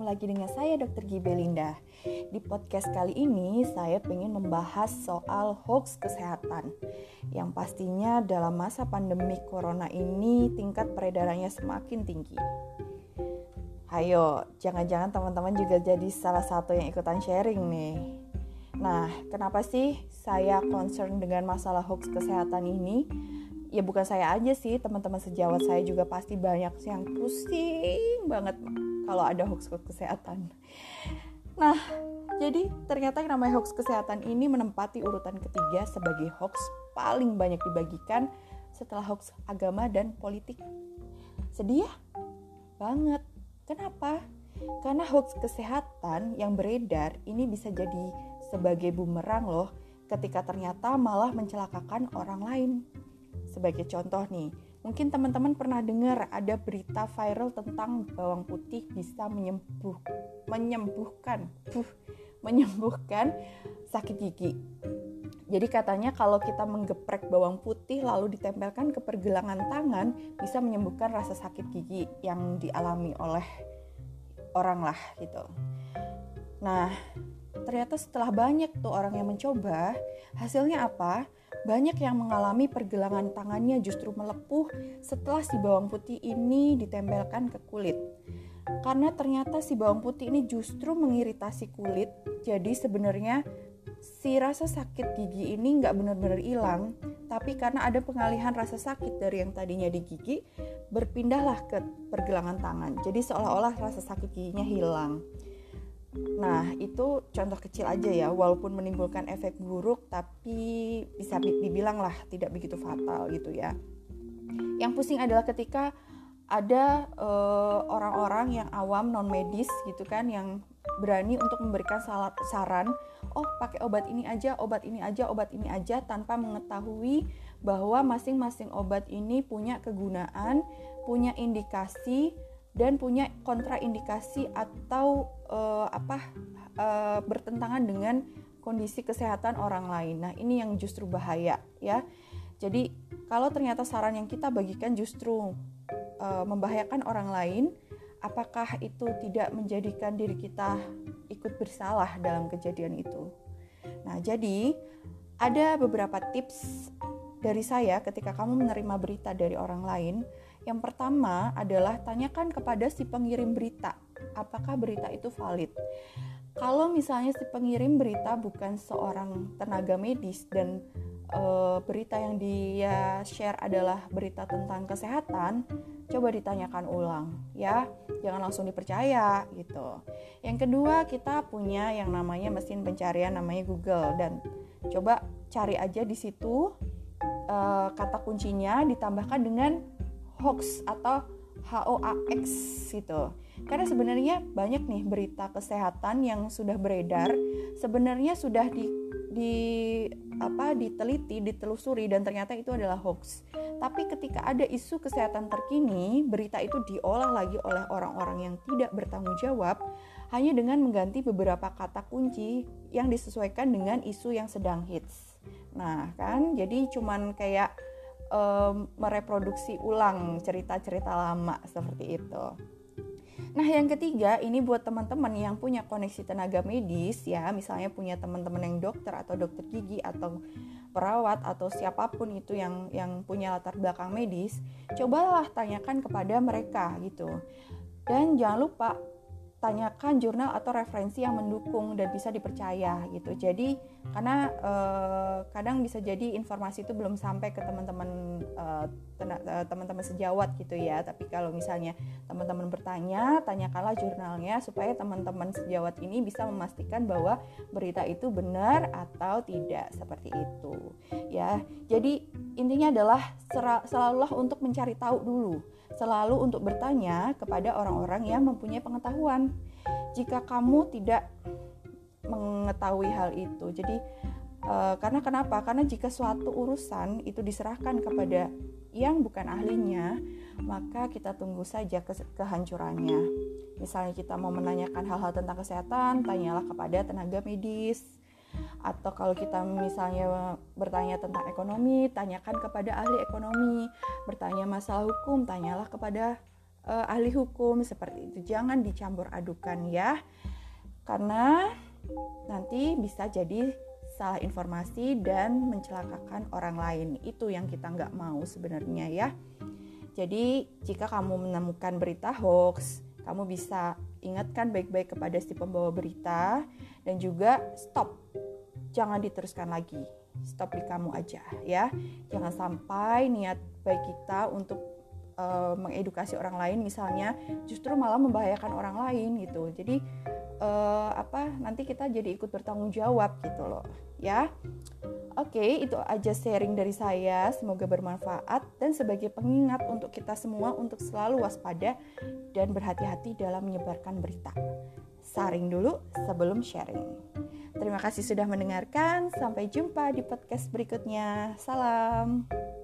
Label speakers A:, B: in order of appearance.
A: ketemu lagi dengan saya Dr. Gibelinda. Di podcast kali ini saya ingin membahas soal hoax kesehatan yang pastinya dalam masa pandemi corona ini tingkat peredarannya semakin tinggi. Hayo, jangan-jangan teman-teman juga jadi salah satu yang ikutan sharing nih. Nah, kenapa sih saya concern dengan masalah hoax kesehatan ini? Ya bukan saya aja sih, teman-teman sejawat saya juga pasti banyak yang pusing banget kalau ada hoax kesehatan. Nah, jadi ternyata yang namanya hoax kesehatan ini menempati urutan ketiga sebagai hoax paling banyak dibagikan setelah hoax agama dan politik. Sedih ya? Banget. Kenapa? Karena hoax kesehatan yang beredar ini bisa jadi sebagai bumerang loh, ketika ternyata malah mencelakakan orang lain. Sebagai contoh nih, mungkin teman-teman pernah dengar ada berita viral tentang bawang putih bisa menyembuhkan sakit gigi. Jadi katanya kalau kita menggeprek bawang putih lalu ditempelkan ke pergelangan tangan bisa menyembuhkan rasa sakit gigi yang dialami oleh orang lah gitu. Nah, ternyata setelah banyak tuh orang yang mencoba, hasilnya apa? Banyak yang mengalami pergelangan tangannya justru melepuh setelah si bawang putih ini ditempelkan ke kulit. Karena ternyata si bawang putih ini justru mengiritasi kulit, jadi sebenarnya si rasa sakit gigi ini nggak benar-benar hilang, tapi karena ada pengalihan rasa sakit dari yang tadinya di gigi, berpindahlah ke pergelangan tangan. Jadi seolah-olah rasa sakit giginya hilang. Nah, itu contoh kecil aja ya, walaupun menimbulkan efek buruk, tapi bisa dibilang lah tidak begitu fatal gitu ya. Yang pusing adalah ketika ada orang-orang yang awam non-medis gitu kan, yang berani untuk memberikan saran, oh pakai obat ini aja, tanpa mengetahui bahwa masing-masing obat ini punya kegunaan, punya indikasi, dan punya kontraindikasi atau bertentangan dengan kondisi kesehatan orang lain. Nah, ini yang justru bahaya ya. Jadi kalau ternyata saran yang kita bagikan justru membahayakan orang lain, apakah itu tidak menjadikan diri kita ikut bersalah dalam kejadian itu? Nah, jadi ada beberapa tips dari saya ketika kamu menerima berita dari orang lain. Yang pertama adalah tanyakan kepada si pengirim berita, apakah berita itu valid. Kalau misalnya si pengirim berita bukan seorang tenaga medis dan berita yang dia share adalah berita tentang kesehatan, coba ditanyakan ulang ya, jangan langsung dipercaya gitu. Yang kedua, kita punya yang namanya mesin pencarian namanya Google, dan coba cari aja di situ kata kuncinya ditambahkan dengan hoax atau HOAX gitu. Karena sebenarnya banyak nih berita kesehatan yang sudah beredar, sebenarnya sudah ditelusuri dan ternyata itu adalah hoax. Tapi ketika ada isu kesehatan terkini, berita itu diolah lagi oleh orang-orang yang tidak bertanggung jawab hanya dengan mengganti beberapa kata kunci yang disesuaikan dengan isu yang sedang hits. Nah, kan jadi cuman kayak mereproduksi ulang cerita-cerita lama seperti itu. Nah, yang ketiga, ini buat teman-teman yang punya koneksi tenaga medis ya, misalnya punya teman-teman yang dokter atau dokter gigi atau perawat atau siapapun itu yang punya latar belakang medis, cobalah tanyakan kepada mereka gitu. Dan jangan lupa tanyakan jurnal atau referensi yang mendukung dan bisa dipercaya gitu. Jadi karena kadang bisa jadi informasi itu belum sampai ke teman-teman sejawat gitu ya. Tapi kalau misalnya teman-teman bertanya, tanyakanlah jurnalnya supaya teman-teman sejawat ini bisa memastikan bahwa berita itu benar atau tidak, seperti itu ya. Jadi intinya adalah selalulah untuk mencari tahu dulu, selalu untuk bertanya kepada orang-orang yang mempunyai pengetahuan. Jika kamu tidak mengetahui hal itu, jadi karena kenapa? Karena jika suatu urusan itu diserahkan kepada yang bukan ahlinya, maka kita tunggu saja kehancurannya. Misalnya kita mau menanyakan hal-hal tentang kesehatan, tanyalah kepada tenaga medis. Atau kalau kita misalnya bertanya tentang ekonomi, tanyakan kepada ahli ekonomi. Bertanya masalah hukum, tanyalah kepada ahli hukum seperti itu. Jangan dicampur adukan ya, karena nanti bisa jadi salah informasi dan mencelakakan orang lain. Itu yang kita nggak mau sebenarnya ya. Jadi jika kamu menemukan berita hoax, kamu bisa ingatkan baik-baik kepada si pembawa berita dan juga stop. Jangan diteruskan lagi. Stop di kamu aja ya. Jangan sampai niat baik kita untuk mengedukasi orang lain misalnya justru malah membahayakan orang lain gitu. Jadi nanti kita jadi ikut bertanggung jawab gitu loh ya. Oke, itu aja sharing dari saya. Semoga bermanfaat dan sebagai pengingat untuk kita semua untuk selalu waspada dan berhati-hati dalam menyebarkan berita. Saring dulu sebelum sharing. Terima kasih sudah mendengarkan. Sampai jumpa di podcast berikutnya. Salam.